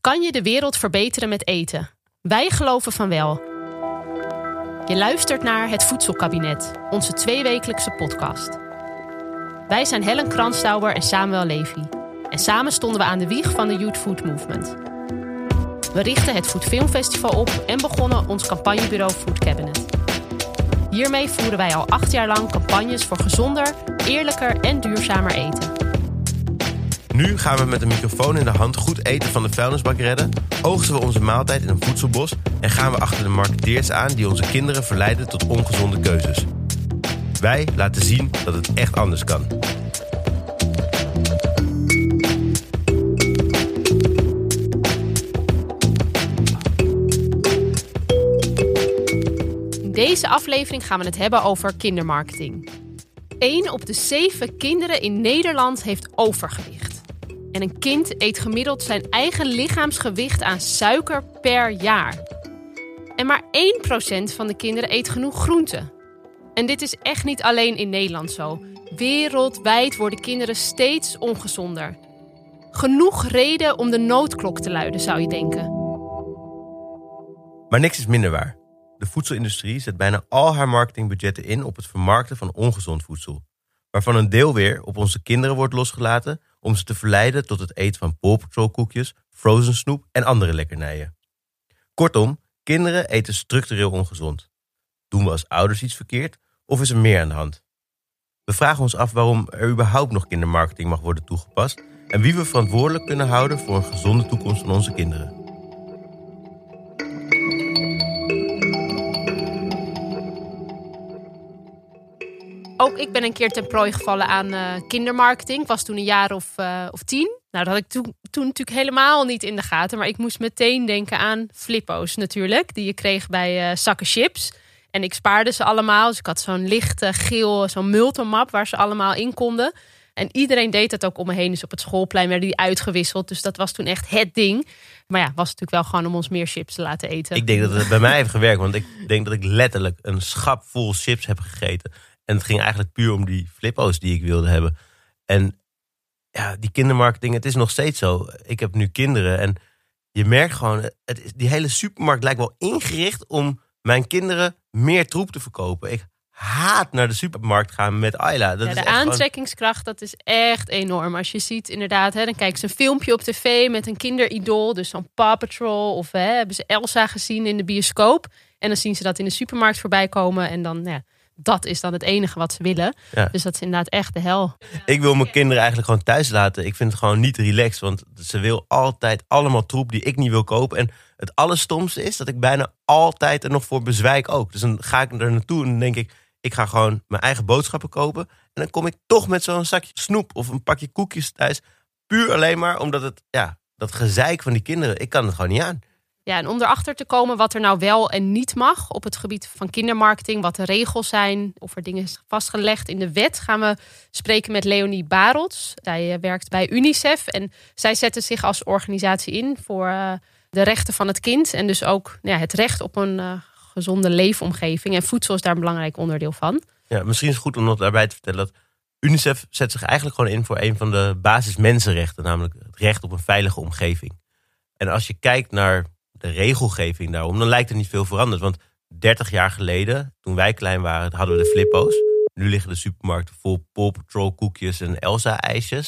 Kan je de wereld verbeteren met eten? Wij geloven van wel. Je luistert naar Het Voedselkabinet, onze 2-wekelijkse podcast. Wij zijn Helen Kranstauber en Samuel Levy. En samen stonden we aan de wieg van de Youth Food Movement. We richtten het Food Film Festival op en begonnen ons campagnebureau Food Cabinet. Hiermee voeren wij al 8 jaar lang campagnes voor gezonder, eerlijker en duurzamer eten. Nu gaan we met een microfoon in de hand goed eten van de vuilnisbak redden, oogsten we onze maaltijd in een voedselbos en gaan we achter de marketeers aan die onze kinderen verleiden tot ongezonde keuzes. Wij laten zien dat het echt anders kan. In deze aflevering gaan we het hebben over kindermarketing. 1 op de 7 kinderen in Nederland heeft overgewicht. En een kind eet gemiddeld zijn eigen lichaamsgewicht aan suiker per jaar. En maar 1% van de kinderen eet genoeg groente. En dit is echt niet alleen in Nederland zo. Wereldwijd worden kinderen steeds ongezonder. Genoeg reden om de noodklok te luiden, zou je denken. Maar niks is minder waar. De voedselindustrie zet bijna al haar marketingbudgetten in op het vermarkten van ongezond voedsel. Waarvan een deel weer op onze kinderen wordt losgelaten om ze te verleiden tot het eten van Paw Patrol koekjes, frozen snoep en andere lekkernijen. Kortom, kinderen eten structureel ongezond. Doen we als ouders iets verkeerd of is er meer aan de hand? We vragen ons af waarom er überhaupt nog kindermarketing mag worden toegepast en wie we verantwoordelijk kunnen houden voor een gezonde toekomst van onze kinderen. Ook ik ben een keer ten prooi gevallen aan kindermarketing. Ik was toen een jaar of 10. Nou, dat had ik toen natuurlijk helemaal niet in de gaten. Maar ik moest meteen denken aan flippo's natuurlijk. Die je kreeg bij zakken chips. En ik spaarde ze allemaal. Dus ik had zo'n lichte geel, zo'n multimap waar ze allemaal in konden. En iedereen deed dat ook om me heen. Dus op het schoolplein werden die uitgewisseld. Dus dat was toen echt het ding. Maar ja, was natuurlijk wel gewoon om ons meer chips te laten eten. Ik denk dat het bij mij heeft gewerkt. Want ik denk dat ik letterlijk een schap vol chips heb gegeten. En het ging eigenlijk puur om die flippo's die ik wilde hebben. En ja, die kindermarketing, het is nog steeds zo. Ik heb nu kinderen en je merkt gewoon, die hele supermarkt lijkt wel ingericht om mijn kinderen meer troep te verkopen. Ik haat naar de supermarkt gaan met Ayla. Dat ja, is de aantrekkingskracht, dat is echt enorm. Als je ziet inderdaad, dan kijken ze een filmpje op tv met een kinderidool. Dus zo'n Paw Patrol of hebben ze Elsa gezien in de bioscoop. En dan zien ze dat in de supermarkt voorbij komen en dan... dat is dan het enige wat ze willen. Ja. Dus dat is inderdaad echt de hel. Ik wil mijn kinderen eigenlijk gewoon thuis laten. Ik vind het gewoon niet relaxed. Want ze wil altijd allemaal troep die ik niet wil kopen. En het allerstomste is dat ik bijna altijd er nog voor bezwijk ook. Dus dan ga ik er naartoe en dan denk ik ga gewoon mijn eigen boodschappen kopen. En dan kom ik toch met zo'n zakje snoep of een pakje koekjes thuis. Puur alleen maar omdat dat gezeik van die kinderen, ik kan het gewoon niet aan. Ja, en om erachter te komen wat er nou wel en niet mag op het gebied van kindermarketing, wat de regels zijn, of er dingen is vastgelegd in de wet, gaan we spreken met Leonie Barots. Zij werkt bij UNICEF en zij zetten zich als organisatie in voor de rechten van het kind. En dus ook het recht op een gezonde leefomgeving. En voedsel is daar een belangrijk onderdeel van. Ja, misschien is het goed om nog daarbij te vertellen dat UNICEF zet zich eigenlijk gewoon in voor een van de basismensenrechten, namelijk het recht op een veilige omgeving. En als je kijkt naar de regelgeving daarom, dan lijkt er niet veel veranderd. Want 30 jaar geleden, toen wij klein waren, hadden we de flippo's. Nu liggen de supermarkten vol Paw Patrol koekjes en Elsa ijsjes.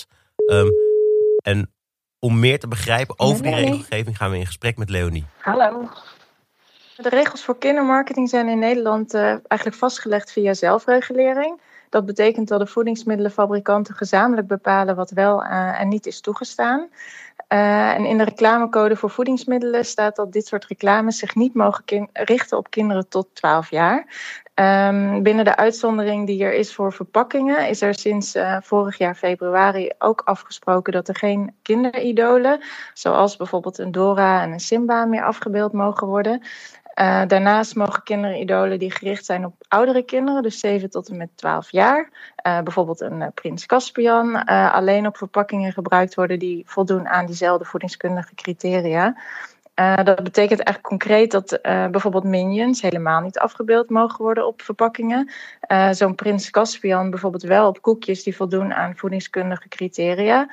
En om meer te begrijpen over die regelgeving gaan we in gesprek met Leonie. Hallo. De regels voor kindermarketing zijn in Nederland eigenlijk vastgelegd via zelfregulering. Dat betekent dat de voedingsmiddelenfabrikanten gezamenlijk bepalen wat wel en niet is toegestaan. En in de reclamecode voor voedingsmiddelen staat dat dit soort reclames zich niet mogen richten op kinderen tot 12 jaar. Binnen de uitzondering die er is voor verpakkingen is er sinds vorig jaar februari ook afgesproken dat er geen kinderidolen, zoals bijvoorbeeld een Dora en een Simba, meer afgebeeld mogen worden. Daarnaast mogen kinderidolen die gericht zijn op oudere kinderen, dus 7 tot en met 12 jaar, bijvoorbeeld een Prins Caspian, alleen op verpakkingen gebruikt worden die voldoen aan diezelfde voedingskundige criteria. Dat betekent eigenlijk concreet dat bijvoorbeeld Minions helemaal niet afgebeeld mogen worden op verpakkingen. Zo'n Prins Caspian bijvoorbeeld wel op koekjes die voldoen aan voedingskundige criteria.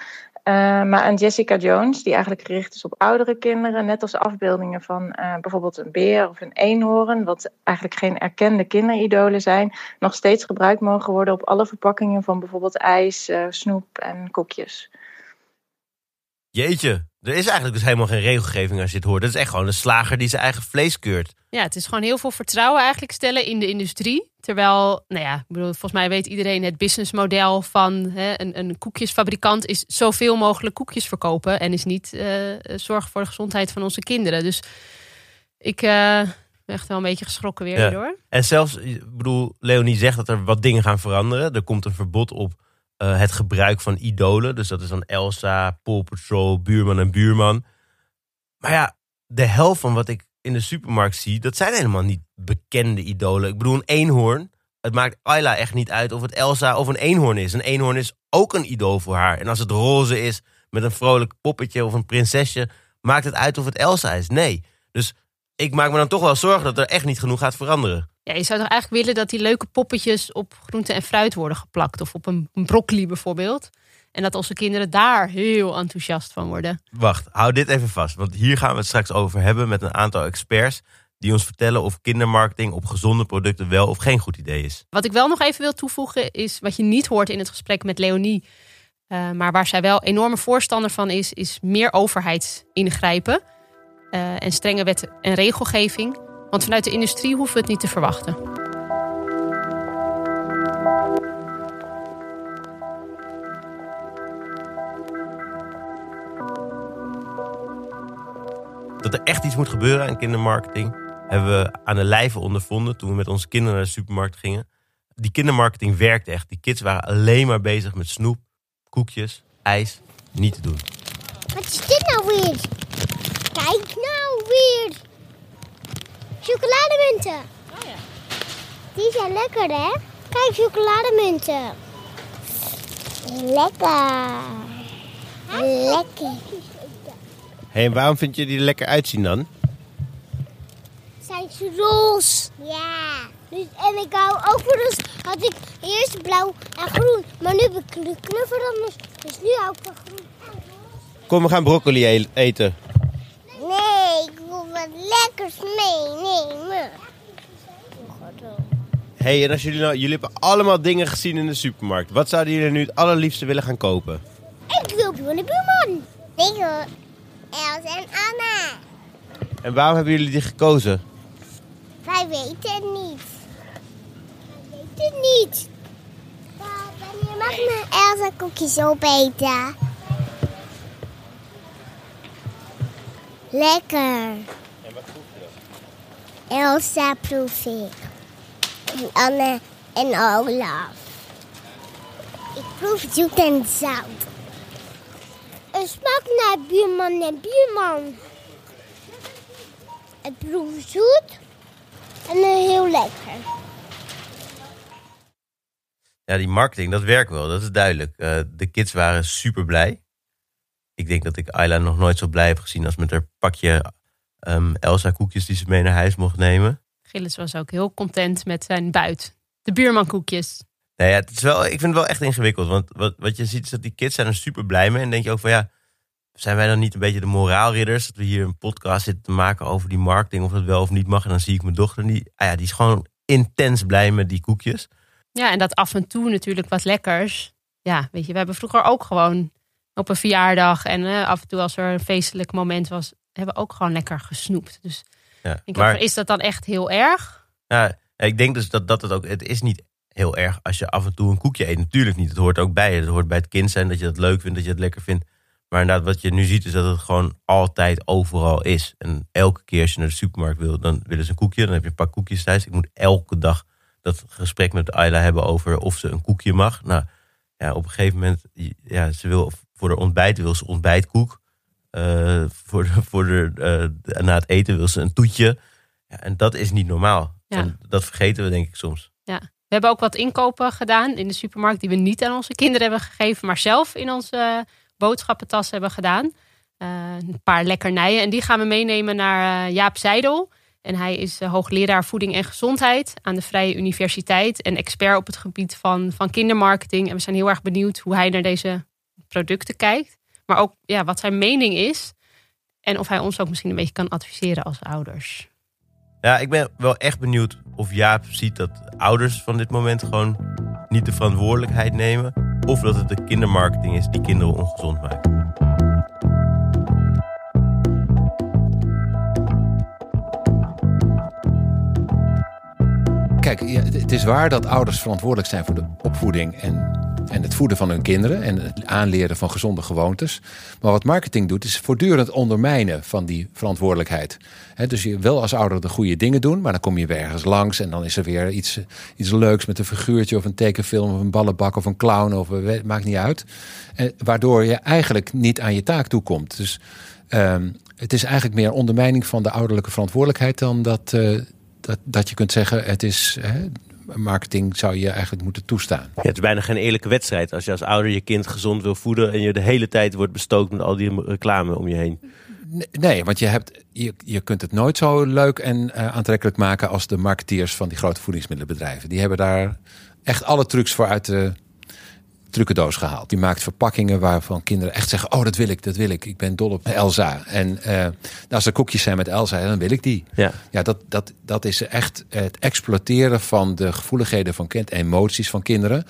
Maar een Jessica Jones, die eigenlijk gericht is op oudere kinderen, net als afbeeldingen van bijvoorbeeld een beer of een eenhoorn, wat eigenlijk geen erkende kinderidolen zijn, nog steeds gebruikt mogen worden op alle verpakkingen van bijvoorbeeld ijs, snoep en koekjes. Jeetje, er is eigenlijk dus helemaal geen regelgeving als je het hoort. Dat is echt gewoon een slager die zijn eigen vlees keurt. Ja, het is gewoon heel veel vertrouwen eigenlijk stellen in de industrie. Terwijl, volgens mij weet iedereen het businessmodel van een koekjesfabrikant is zoveel mogelijk koekjes verkopen en is niet zorgen voor de gezondheid van onze kinderen. Dus ik ben echt wel een beetje geschrokken weer hierdoor. En zelfs, Leonie zegt dat er wat dingen gaan veranderen. Er komt een verbod op het gebruik van idolen. Dus dat is dan Elsa, Paw Patrol, Buurman en Buurman. Maar ja, de helft van wat ik in de supermarkt zie, dat zijn helemaal niet bekende idolen. Ik bedoel, een eenhoorn. Het maakt Ayla echt niet uit of het Elsa of een eenhoorn is. Een eenhoorn is ook een idool voor haar. En als het roze is met een vrolijk poppetje of een prinsesje, maakt het uit of het Elsa is? Nee. Dus ik maak me dan toch wel zorgen dat er echt niet genoeg gaat veranderen. Ja, je zou toch eigenlijk willen dat die leuke poppetjes op groente en fruit worden geplakt. Of op een broccoli bijvoorbeeld. En dat onze kinderen daar heel enthousiast van worden. Wacht, hou dit even vast. Want hier gaan we het straks over hebben met een aantal experts die ons vertellen of kindermarketing op gezonde producten wel of geen goed idee is. Wat ik wel nog even wil toevoegen is wat je niet hoort in het gesprek met Leonie. Maar waar zij wel enorme voorstander van is meer overheidsingrijpen. En strenge wet en regelgeving. Want vanuit de industrie hoeven we het niet te verwachten. Dat er echt iets moet gebeuren aan kindermarketing hebben we aan de lijve ondervonden toen we met onze kinderen naar de supermarkt gingen. Die kindermarketing werkte echt. Die kids waren alleen maar bezig met snoep, koekjes, ijs. Niet te doen. Wat is dit nou weer? Kijk nou weer. Chocolademunten. Oh ja. Die zijn lekker, hè? Kijk, chocolademunten. Lekker. Lekker. En waarom vind je die er lekker uitzien dan? Zijn ze roze? Ja. Dus, en ik hou ook van roze. Had ik eerst blauw en groen. Maar nu heb ik de kleur veranderd. Dus nu hou ik van groen en roze. Kom, we gaan broccoli eten. Nee, ik wil wat lekkers meenemen. En als jullie hebben allemaal dingen gezien in de supermarkt. Wat zouden jullie nu het allerliefste willen gaan kopen? Ik wil Buurman en Buurman. Ik wil Els en Anna. En waarom hebben jullie die gekozen? Wij weten het niet. Wij weten het niet. Wanneer mag mijn Elsa koekjes opeten? Lekker. En wat proef je dan? Elsa proef ik. En Anne en Olaf. Ik proef zoet en zout. Het smaakt naar Buurman en Buurman. Het proeft zoet en heel lekker. Ja, die marketing, dat werkt wel. Dat is duidelijk. De kids waren super blij. Ik denk dat ik Ayla nog nooit zo blij heb gezien als met haar pakje Elsa koekjes die ze mee naar huis mocht nemen. Gilles was ook heel content met zijn buit. De buurmankoekjes. Nou ja, het is wel, ik vind het wel echt ingewikkeld. Want wat je ziet is dat die kids zijn er super blij mee. En denk je ook van ja, zijn wij dan niet een beetje de moraalridders? Dat we hier een podcast zitten te maken over die marketing. Of dat wel of niet mag. En dan zie ik mijn dochter. Die is gewoon intens blij met die koekjes. Ja, en dat af en toe natuurlijk wat lekkers. Ja, weet je, we hebben vroeger ook gewoon op een verjaardag. En af en toe als er een feestelijk moment was, hebben we ook gewoon lekker gesnoept. Dus Ja, maar is dat dan echt heel erg? Ja, ik denk dus dat het ook... Het is niet heel erg als je af en toe een koekje eet. Natuurlijk niet. Het hoort ook bij je. Het hoort bij het kind zijn dat je dat leuk vindt, dat je het lekker vindt. Maar inderdaad, wat je nu ziet is dat het gewoon altijd overal is. En elke keer als je naar de supermarkt wil, dan willen ze een koekje. Dan heb je een pak koekjes thuis. Ik moet elke dag dat gesprek met Ayla hebben over of ze een koekje mag. Nou, ja, op een gegeven moment... Ja, ze wil voor de ontbijt wil ze ontbijtkoek. Na het eten wil ze een toetje. Ja, en dat is niet normaal. Ja. En dat vergeten we denk ik soms. Ja. We hebben ook wat inkopen gedaan in de supermarkt die we niet aan onze kinderen hebben gegeven, maar zelf in onze boodschappentas hebben gedaan. Een paar lekkernijen. En die gaan we meenemen naar Jaap Seidel. En hij is hoogleraar voeding en gezondheid aan de Vrije Universiteit en expert op het gebied van kindermarketing. En we zijn heel erg benieuwd hoe hij naar deze producten kijkt. Maar ook wat zijn mening is. En of hij ons ook misschien een beetje kan adviseren als ouders. Ja, ik ben wel echt benieuwd of Jaap ziet dat ouders van dit moment gewoon niet de verantwoordelijkheid nemen. Of dat het de kindermarketing is die kinderen ongezond maakt. Kijk, het is waar dat ouders verantwoordelijk zijn voor de opvoeding en het voeden van hun kinderen en het aanleren van gezonde gewoontes. Maar wat marketing doet, is voortdurend ondermijnen van die verantwoordelijkheid. Dus je wil als ouder de goede dingen doen, maar dan kom je weer ergens langs en dan is er weer iets leuks met een figuurtje of een tekenfilm of een ballenbak of een clown of maakt niet uit. Waardoor je eigenlijk niet aan je taak toekomt. Dus het is eigenlijk meer ondermijning van de ouderlijke verantwoordelijkheid dan dat je kunt zeggen, het is marketing zou je eigenlijk moeten toestaan. Ja, het is bijna geen eerlijke wedstrijd als je als ouder je kind gezond wil voeden en je de hele tijd wordt bestookt met al die reclame om je heen. Nee, want je kunt het nooit zo leuk en aantrekkelijk maken als de marketeers van die grote voedingsmiddelenbedrijven. Die hebben daar echt alle trucs voor uit de trucendoos gehaald. Die maakt verpakkingen waarvan kinderen echt zeggen, oh, dat wil ik. Ik ben dol op Elsa. En als er koekjes zijn met Elsa, dan wil ik die. Ja, dat is echt het exploiteren van de gevoeligheden van emoties van kinderen.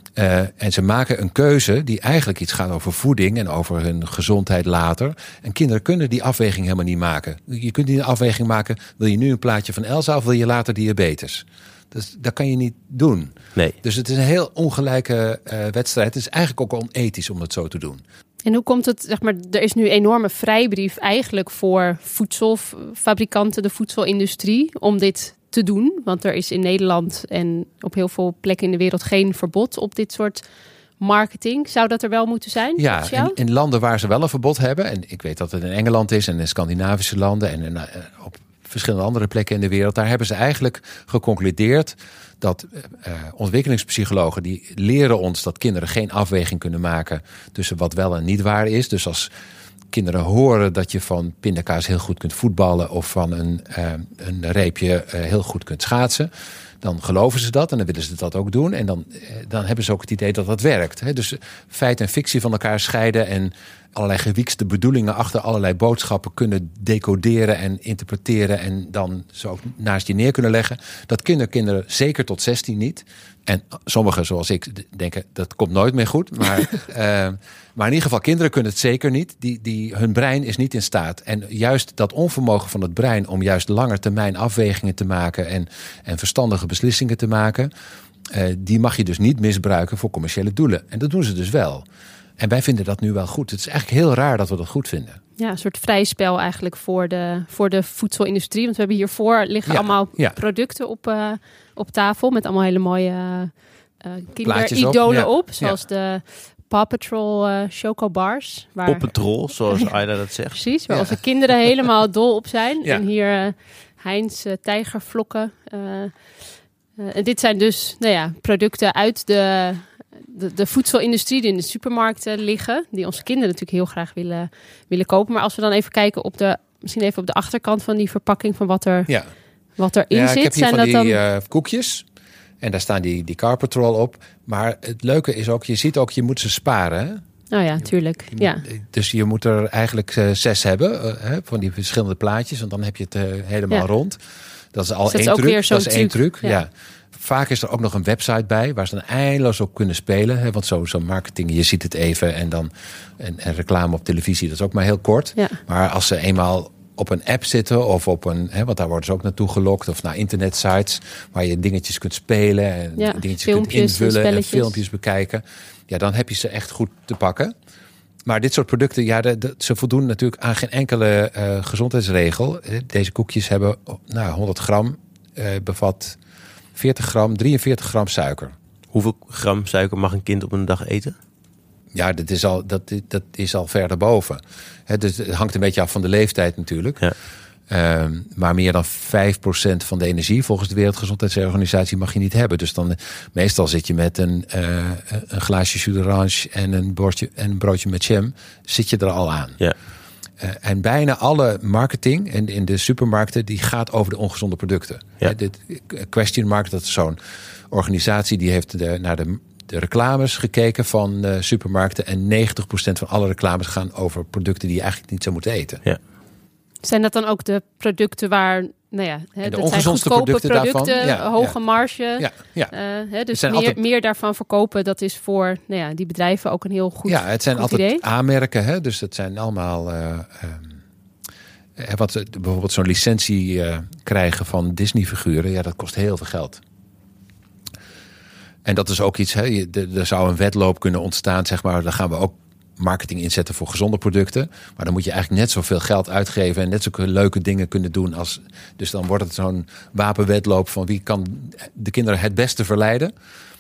En ze maken een keuze die eigenlijk iets gaat over voeding en over hun gezondheid later. En kinderen kunnen die afweging helemaal niet maken. Je kunt niet een afweging maken, wil je nu een plaatje van Elsa of wil je later diabetes? Dus dat kan je niet doen. Nee. Dus het is een heel ongelijke wedstrijd. Het is eigenlijk ook onethisch om het zo te doen. En hoe komt het, er is nu een enorme vrijbrief eigenlijk voor voedselfabrikanten, de voedselindustrie, om dit te doen. Want er is in Nederland en op heel veel plekken in de wereld geen verbod op dit soort marketing. Zou dat er wel moeten zijn? Ja, in landen waar ze wel een verbod hebben, en ik weet dat het in Engeland is en in Scandinavische landen en op verschillende andere plekken in de wereld, daar hebben ze eigenlijk geconcludeerd dat ontwikkelingspsychologen die leren ons dat kinderen geen afweging kunnen maken tussen wat wel en niet waar is. Dus als kinderen horen dat je van pindakaas heel goed kunt voetballen of van een reepje heel goed kunt schaatsen, dan geloven ze dat en dan willen ze dat ook doen. En dan hebben ze ook het idee dat dat werkt. Dus feit en fictie van elkaar scheiden en allerlei gewiekste bedoelingen achter allerlei boodschappen kunnen decoderen en interpreteren en dan zo ook naast je neer kunnen leggen. Dat kunnen kinderen zeker tot 16 niet. En sommigen, zoals ik, denken dat komt nooit meer goed. Maar in ieder geval, kinderen kunnen het zeker niet. Hun brein is niet in staat. En juist dat onvermogen van het brein om juist langetermijn afwegingen te maken en verstandige beslissingen te maken, die mag je dus niet misbruiken voor commerciële doelen. En dat doen ze dus wel. En wij vinden dat nu wel goed. Het is eigenlijk heel raar dat we dat goed vinden. Ja, een soort vrij spel eigenlijk voor de voedselindustrie. Want we hebben hiervoor liggen allemaal producten op tafel met allemaal hele mooie kinderidolen op. Zoals de Paw Patrol chocobars. Paw Patrol, zoals Ayda dat zegt. Precies, waar onze kinderen helemaal dol op zijn. Ja. En hier Heinz tijgervlokken. En dit zijn dus producten uit de voedselindustrie die in de supermarkten liggen. Die onze kinderen natuurlijk heel graag willen kopen. Maar als we dan even kijken misschien even op de achterkant van die verpakking van wat erin zit. Ik heb hier van die koekjes. En daar staan die Paw Patrol op. Maar het leuke is ook, je ziet ook, je moet ze sparen. Hè? Oh ja, tuurlijk. Dus je moet er eigenlijk 6 hebben van die verschillende plaatjes. Want dan heb je het helemaal rond. Dat is al één truc. Dat is één truc. Ja. Vaak is er ook nog een website bij waar ze dan eindeloos op kunnen spelen. Hè? Want zo'n marketing, je ziet het even en dan en reclame op televisie, dat is ook maar heel kort. Ja. Maar als ze eenmaal op een app zitten of op want daar worden ze ook naartoe gelokt, of naar internetsites waar je dingetjes kunt spelen en dingetjes kunt invullen en filmpjes bekijken. Ja, dan heb je ze echt goed te pakken. Maar dit soort producten, ze voldoen natuurlijk aan geen enkele gezondheidsregel. Deze koekjes hebben 100 gram, bevat 40 gram, 43 gram suiker. Hoeveel gram suiker mag een kind op een dag eten? Ja, dat is al ver boven. Dus het hangt een beetje af van de leeftijd natuurlijk. Ja. Maar meer dan 5% van de energie volgens de Wereldgezondheidsorganisatie mag je niet hebben. Dus dan meestal zit je met een glaasje jus d'orange en een broodje met jam, zit je er al aan. Ja. En bijna alle marketing in de supermarkten die gaat over de ongezonde producten. Ja. De Question Market, dat is zo'n organisatie die heeft naar de de reclames gekeken van supermarkten. En 90% van alle reclames gaan over producten die je eigenlijk niet zou moeten eten. Ja. Zijn dat dan ook de producten waar... Nou ja, de dat ongezondste zijn goedkope producten daarvan. hoge marge. Dus meer daarvan verkopen, dat is voor die bedrijven ook een heel goed idee. Ja, het zijn altijd idee. aanmerken. Hè? Dus het zijn allemaal... bijvoorbeeld zo'n licentie krijgen van Disney-figuren. Ja, dat kost heel veel geld. En dat is ook iets... Er zou een wedloop kunnen ontstaan, zeg maar. Daar gaan we ook marketing inzetten voor gezonde producten. Maar dan moet je eigenlijk net zoveel geld uitgeven en net zulke leuke dingen kunnen doen als... Dus dan wordt het zo'n wapenwedloop van wie kan de kinderen het beste verleiden.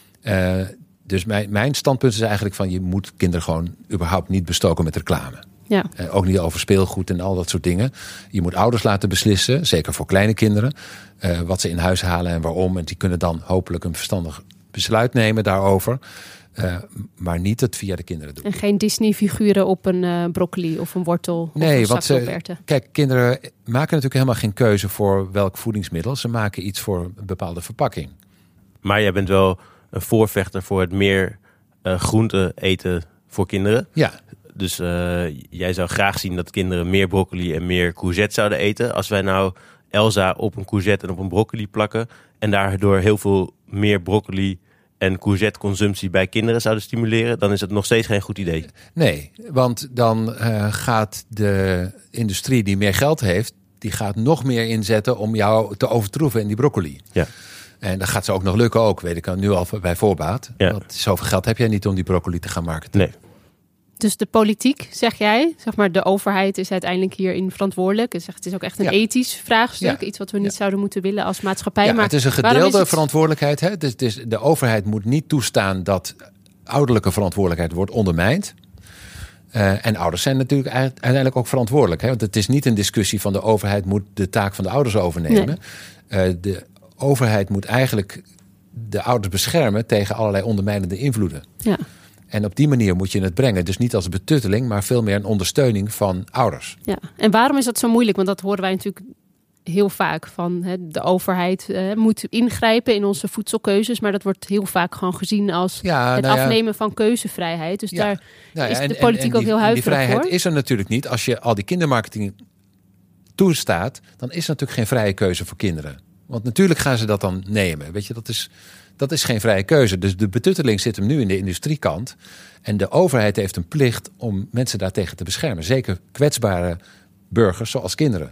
Dus mijn standpunt is eigenlijk van je moet kinderen gewoon überhaupt niet bestoken met reclame. Ja. Ook niet over speelgoed en al dat soort dingen. Je moet ouders laten beslissen, zeker voor kleine kinderen, wat ze in huis halen en waarom. En die kunnen dan hopelijk een verstandig besluit nemen daarover. Maar niet het via de kinderen doen. En geen Disney-figuren op een broccoli of een wortel of een zak roberten. Kijk, kinderen maken natuurlijk helemaal geen keuze voor welk voedingsmiddel. Ze maken iets voor een bepaalde verpakking. Maar jij bent wel een voorvechter voor het meer groente eten voor kinderen. Ja. Dus jij zou graag zien dat kinderen meer broccoli en meer courgette zouden eten. Als wij nou Elsa op een courgette en op een broccoli plakken en daardoor heel veel meer broccoli en courgette consumptie bij kinderen zouden stimuleren, dan is het nog steeds geen goed idee. Nee, want dan gaat de industrie die meer geld heeft, die gaat nog meer inzetten om jou te overtroeven in die broccoli. Ja. En dat gaat ze ook nog lukken ook, weet ik nu al bij voorbaat. Ja. Want zoveel geld heb jij niet om die broccoli te gaan marketen. Nee. Dus de politiek, zeg jij, zeg maar de overheid is uiteindelijk hierin verantwoordelijk. Het is ook echt een ethisch vraagstuk. Iets wat we niet zouden moeten willen als maatschappij. Ja, maar het is een gedeelde verantwoordelijkheid. Hè? Dus de overheid moet niet toestaan dat ouderlijke verantwoordelijkheid wordt ondermijnd. En ouders zijn natuurlijk uiteindelijk ook verantwoordelijk. Hè? Want het is niet een discussie van de overheid moet de taak van de ouders overnemen. Nee. De overheid moet eigenlijk de ouders beschermen tegen allerlei ondermijnende invloeden. Ja. En op die manier moet je het brengen. Dus niet als betutteling, maar veel meer een ondersteuning van ouders. Ja. En waarom is dat zo moeilijk? Want dat horen wij natuurlijk heel vaak van de overheid moet ingrijpen in onze voedselkeuzes. Maar dat wordt heel vaak gewoon gezien als afnemen van keuzevrijheid. Dus daar is de politiek ook heel huiverig voor. Die vrijheid is er natuurlijk niet. Als je al die kindermarketing toestaat, dan is er natuurlijk geen vrije keuze voor kinderen. Want natuurlijk gaan ze dat dan nemen. Weet je, dat is geen vrije keuze. Dus de betutteling zit hem nu in de industriekant. En de overheid heeft een plicht om mensen daartegen te beschermen. Zeker kwetsbare burgers zoals kinderen.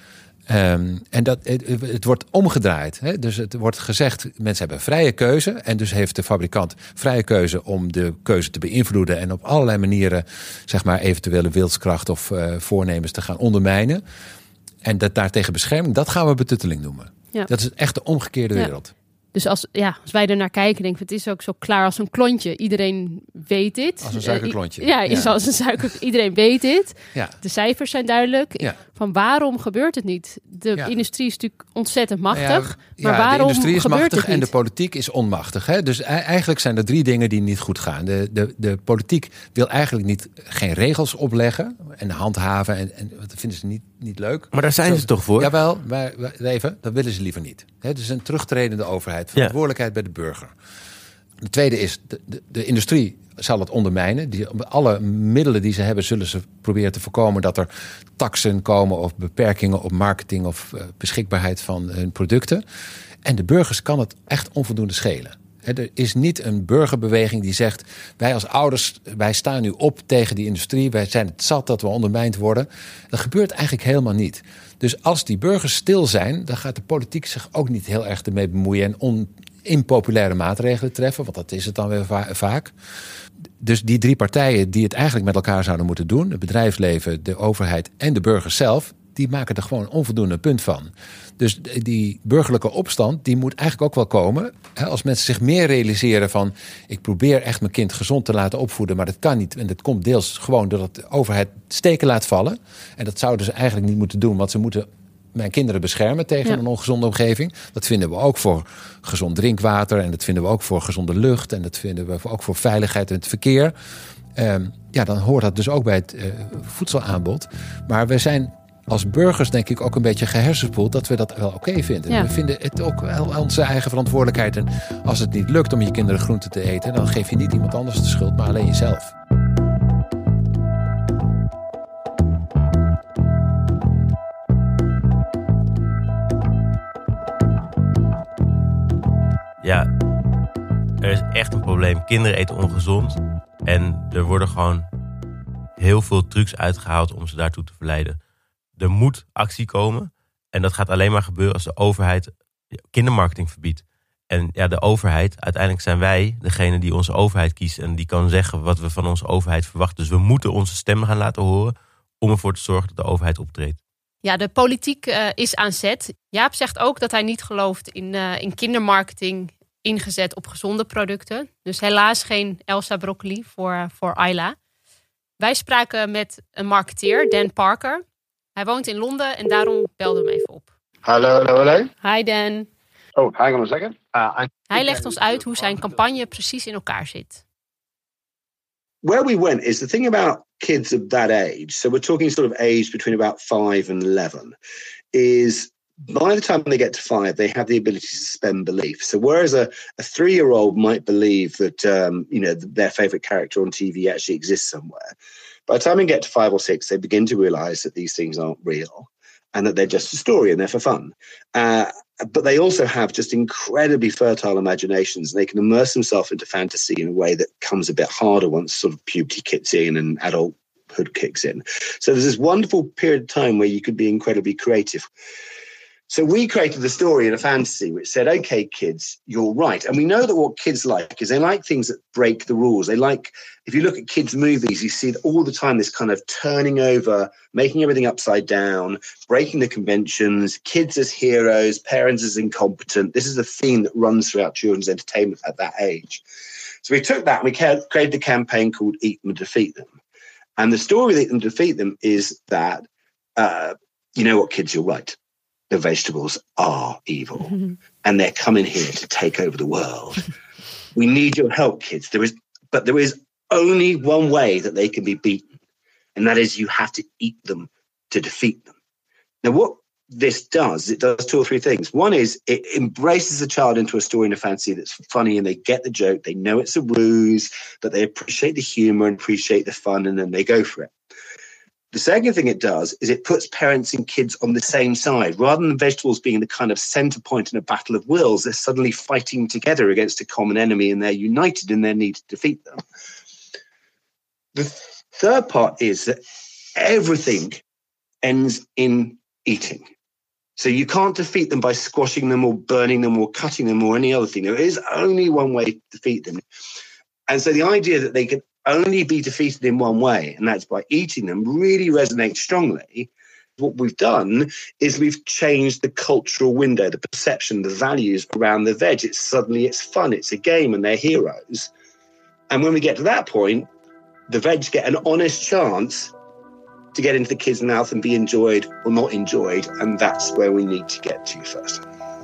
En het wordt omgedraaid. Hè? Dus het wordt gezegd, mensen hebben vrije keuze. En dus heeft de fabrikant vrije keuze om de keuze te beïnvloeden. En op allerlei manieren, zeg maar, eventuele wilskracht of voornemens te gaan ondermijnen. En dat daartegen bescherming, dat gaan we betutteling noemen. Ja. Dat is echt de omgekeerde wereld. Dus als wij er naar kijken, denk ik, het is ook zo klaar als een klontje. Iedereen weet dit. Als een suikerklontje. Als een suiker. Iedereen weet dit. Ja. De cijfers zijn duidelijk. Ja. Van waarom gebeurt het niet? De industrie is natuurlijk ontzettend machtig. Maar waarom de industrie is machtig en de politiek is onmachtig. Hè? Dus eigenlijk zijn er 3 dingen die niet goed gaan. De politiek wil eigenlijk geen regels opleggen en handhaven. En dat vinden ze niet leuk. Maar daar zijn ze toch voor? Jawel, maar even, dat willen ze liever niet. Het is een terugtredende overheid. Verantwoordelijkheid bij de burger. De tweede is, de industrie zal het ondermijnen. Alle middelen die ze hebben, zullen ze proberen te voorkomen dat er taksen komen of beperkingen op marketing of beschikbaarheid van hun producten. En de burgers kan het echt onvoldoende schelen. Er is niet een burgerbeweging die zegt, wij als ouders, wij staan nu op tegen die industrie. Wij zijn het zat dat we ondermijnd worden. Dat gebeurt eigenlijk helemaal niet. Dus als die burgers stil zijn, dan gaat de politiek zich ook niet heel erg ermee bemoeien en impopulaire maatregelen treffen, want dat is het dan weer vaak. Dus die 3 partijen die het eigenlijk met elkaar zouden moeten doen, het bedrijfsleven, de overheid en de burgers zelf, die maken er gewoon onvoldoende punt van. Dus die burgerlijke opstand, die moet eigenlijk ook wel komen. Als mensen zich meer realiseren van, ik probeer echt mijn kind gezond te laten opvoeden, maar dat kan niet. En dat komt deels gewoon doordat de overheid steken laat vallen. En dat zouden ze eigenlijk niet moeten doen, want ze moeten mijn kinderen beschermen tegen een ongezonde omgeving. Dat vinden we ook voor gezond drinkwater en dat vinden we ook voor gezonde lucht en dat vinden we ook voor veiligheid in het verkeer. Dan hoort dat dus ook bij het voedselaanbod. Maar we zijn als burgers denk ik ook een beetje gehersenspoeld dat we dat wel oké vinden. Ja. We vinden het ook wel onze eigen verantwoordelijkheid. En als het niet lukt om je kinderen groenten te eten, dan geef je niet iemand anders de schuld, maar alleen jezelf. Ja, er is echt een probleem. Kinderen eten ongezond. En er worden gewoon heel veel trucs uitgehaald om ze daartoe te verleiden. Er moet actie komen. En dat gaat alleen maar gebeuren als de overheid kindermarketing verbiedt. En ja, de overheid, uiteindelijk zijn wij degene die onze overheid kiest. En die kan zeggen wat we van onze overheid verwachten. Dus we moeten onze stem gaan laten horen om ervoor te zorgen dat de overheid optreedt. Ja, de politiek is aan zet. Jaap zegt ook dat hij niet gelooft in kindermarketing ingezet op gezonde producten. Dus helaas geen Elsa broccoli voor Ayla. Wij spraken met een marketeer, Dan Parker. Hij woont in Londen en daarom belden we hem even op. Hallo. Hi Dan. Oh, hang on a second. Hij legt ons uit hoe zijn campagne precies in elkaar zit. Where we went is the thing about kids of that age. So we're talking sort of age between about 5 and 11. Is by the time they get to 5, they have the ability to suspend belief. So whereas a 3-year-old might believe that their favorite character on TV actually exists somewhere, by the time they get to 5 or 6, they begin to realize that these things aren't real and that they're just a story and they're for fun. But they also have just incredibly fertile imaginations. And they can immerse themselves into fantasy in a way that comes a bit harder once sort of puberty kicks in and adulthood kicks in. So there's this wonderful period of time where you could be incredibly creative. So we created a story and a fantasy which said, okay, kids, you're right. And we know that what kids like is they like things that break the rules. They like, if you look at kids' movies, you see all the time this kind of turning over, making everything upside down, breaking the conventions, kids as heroes, parents as incompetent. This is a theme that runs throughout children's entertainment at that age. So we took that and we created a campaign called Eat Them, Defeat Them. And the story of Eat Them, Defeat Them is that, you know what, kids, you're right. The vegetables are evil and they're coming here to take over the world. We need your help, kids. There is only one way that they can be beaten, and that is you have to eat them to defeat them. Now, what this does, it does 2 or 3 things. One is it embraces the child into a story and a fantasy that's funny and they get the joke. They know it's a ruse, but they appreciate the humor and appreciate the fun, and then they go for it. The second thing it does is it puts parents and kids on the same side. Rather than vegetables being the kind of center point in a battle of wills, they're suddenly fighting together against a common enemy and they're united in their need to defeat them. The third part is that everything ends in eating. So you can't defeat them by squashing them or burning them or cutting them or any other thing. There is only one way to defeat them. And so the idea that they can only be defeated in one way, and that's by eating them, really resonates strongly. What we've done is we've changed the cultural window, the perception, the values around the veg. It's fun, it's a game, and they're heroes. And when we get to that point, the veg get an honest chance to get into the kids' mouth and be enjoyed or not enjoyed, and that's where we need to get to first.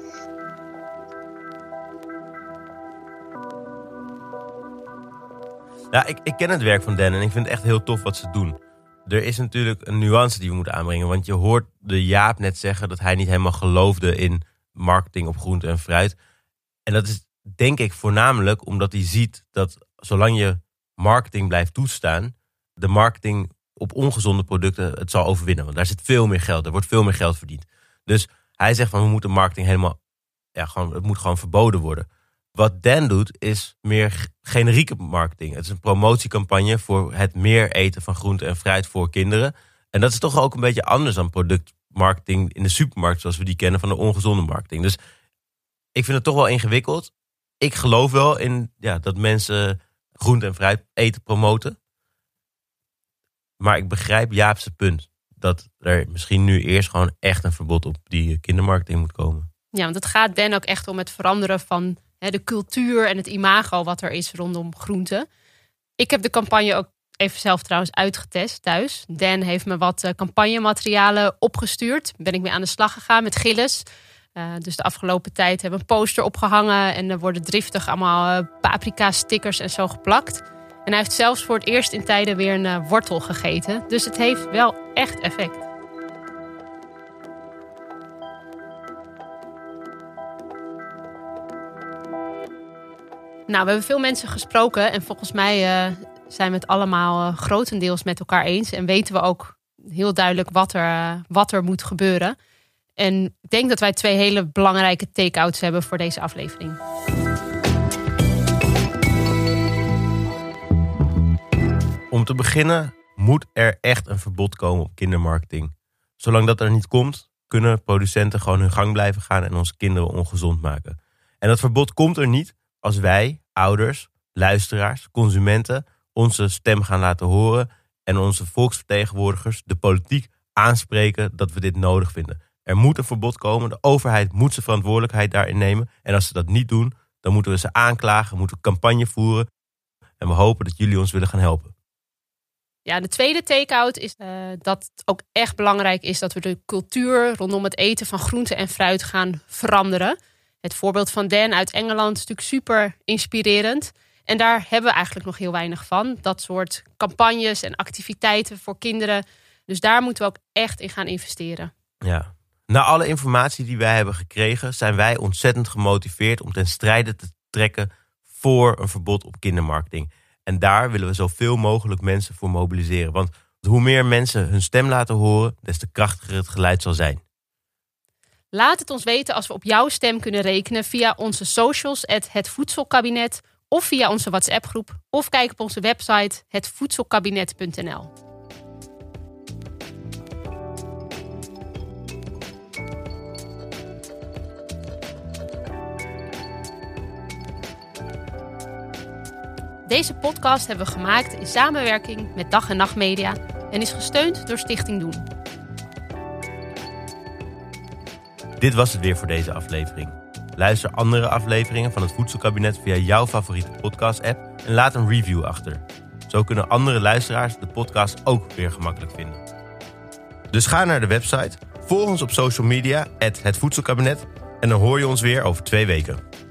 Ja, ik ken het werk van Dan en ik vind het echt heel tof wat ze doen. Er is natuurlijk een nuance die we moeten aanbrengen. Want je hoort de Jaap net zeggen dat hij niet helemaal geloofde in marketing op groente en fruit. En dat is denk ik voornamelijk omdat hij ziet dat zolang je marketing blijft toestaan, de marketing op ongezonde producten het zal overwinnen. Want daar zit veel meer geld, er wordt veel meer geld verdiend. Dus hij zegt van we moeten marketing helemaal, het moet gewoon verboden worden. Wat Dan doet is meer generieke marketing. Het is een promotiecampagne voor het meer eten van groente en fruit voor kinderen. En dat is toch ook een beetje anders dan productmarketing in de supermarkt zoals we die kennen van de ongezonde marketing. Dus ik vind het toch wel ingewikkeld. Ik geloof wel in dat mensen groente en fruit eten promoten. Maar ik begrijp Jaap's punt. Dat er misschien nu eerst gewoon echt een verbod op die kindermarketing moet komen. Ja, want het gaat Dan ook echt om het veranderen van de cultuur en het imago wat er is rondom groenten. Ik heb de campagne ook even zelf trouwens uitgetest thuis. Dan heeft me wat campagnematerialen opgestuurd. Ben ik mee aan de slag gegaan met Gilles. Dus de afgelopen tijd hebben we een poster opgehangen. En er worden driftig allemaal paprika stickers en zo geplakt. En hij heeft zelfs voor het eerst in tijden weer een wortel gegeten. Dus het heeft wel echt effect. Nou, we hebben veel mensen gesproken en volgens mij zijn we het allemaal grotendeels met elkaar eens. En weten we ook heel duidelijk wat er moet gebeuren. En ik denk dat wij 2 hele belangrijke take-outs hebben voor deze aflevering. Om te beginnen moet er echt een verbod komen op kindermarketing. Zolang dat er niet komt, kunnen producenten gewoon hun gang blijven gaan en onze kinderen ongezond maken. En dat verbod komt er niet als wij, ouders, luisteraars, consumenten, onze stem gaan laten horen en onze volksvertegenwoordigers, de politiek, aanspreken dat we dit nodig vinden. Er moet een verbod komen, de overheid moet zijn verantwoordelijkheid daarin nemen. En als ze dat niet doen, dan moeten we ze aanklagen, moeten we campagne voeren. En we hopen dat jullie ons willen gaan helpen. Ja, de tweede take-out is dat het ook echt belangrijk is dat we de cultuur rondom het eten van groente en fruit gaan veranderen. Het voorbeeld van Dan uit Engeland is natuurlijk super inspirerend. En daar hebben we eigenlijk nog heel weinig van. Dat soort campagnes en activiteiten voor kinderen. Dus daar moeten we ook echt in gaan investeren. Ja. Na alle informatie die wij hebben gekregen, zijn wij ontzettend gemotiveerd om ten strijde te trekken voor een verbod op kindermarketing. En daar willen we zoveel mogelijk mensen voor mobiliseren. Want hoe meer mensen hun stem laten horen, des te krachtiger het geluid zal zijn. Laat het ons weten als we op jouw stem kunnen rekenen via onze socials @het voedselkabinet of via onze WhatsApp-groep. Of kijk op onze website hetvoedselkabinet.nl. Deze podcast hebben we gemaakt in samenwerking met Dag en Nacht Media en is gesteund door Stichting Doen. Dit was het weer voor deze aflevering. Luister andere afleveringen van het Voedselkabinet via jouw favoriete podcast-app en laat een review achter. Zo kunnen andere luisteraars de podcast ook weer gemakkelijk vinden. Dus ga naar de website, volg ons op social media @het Voedselkabinet en dan hoor je ons weer over 2 weken.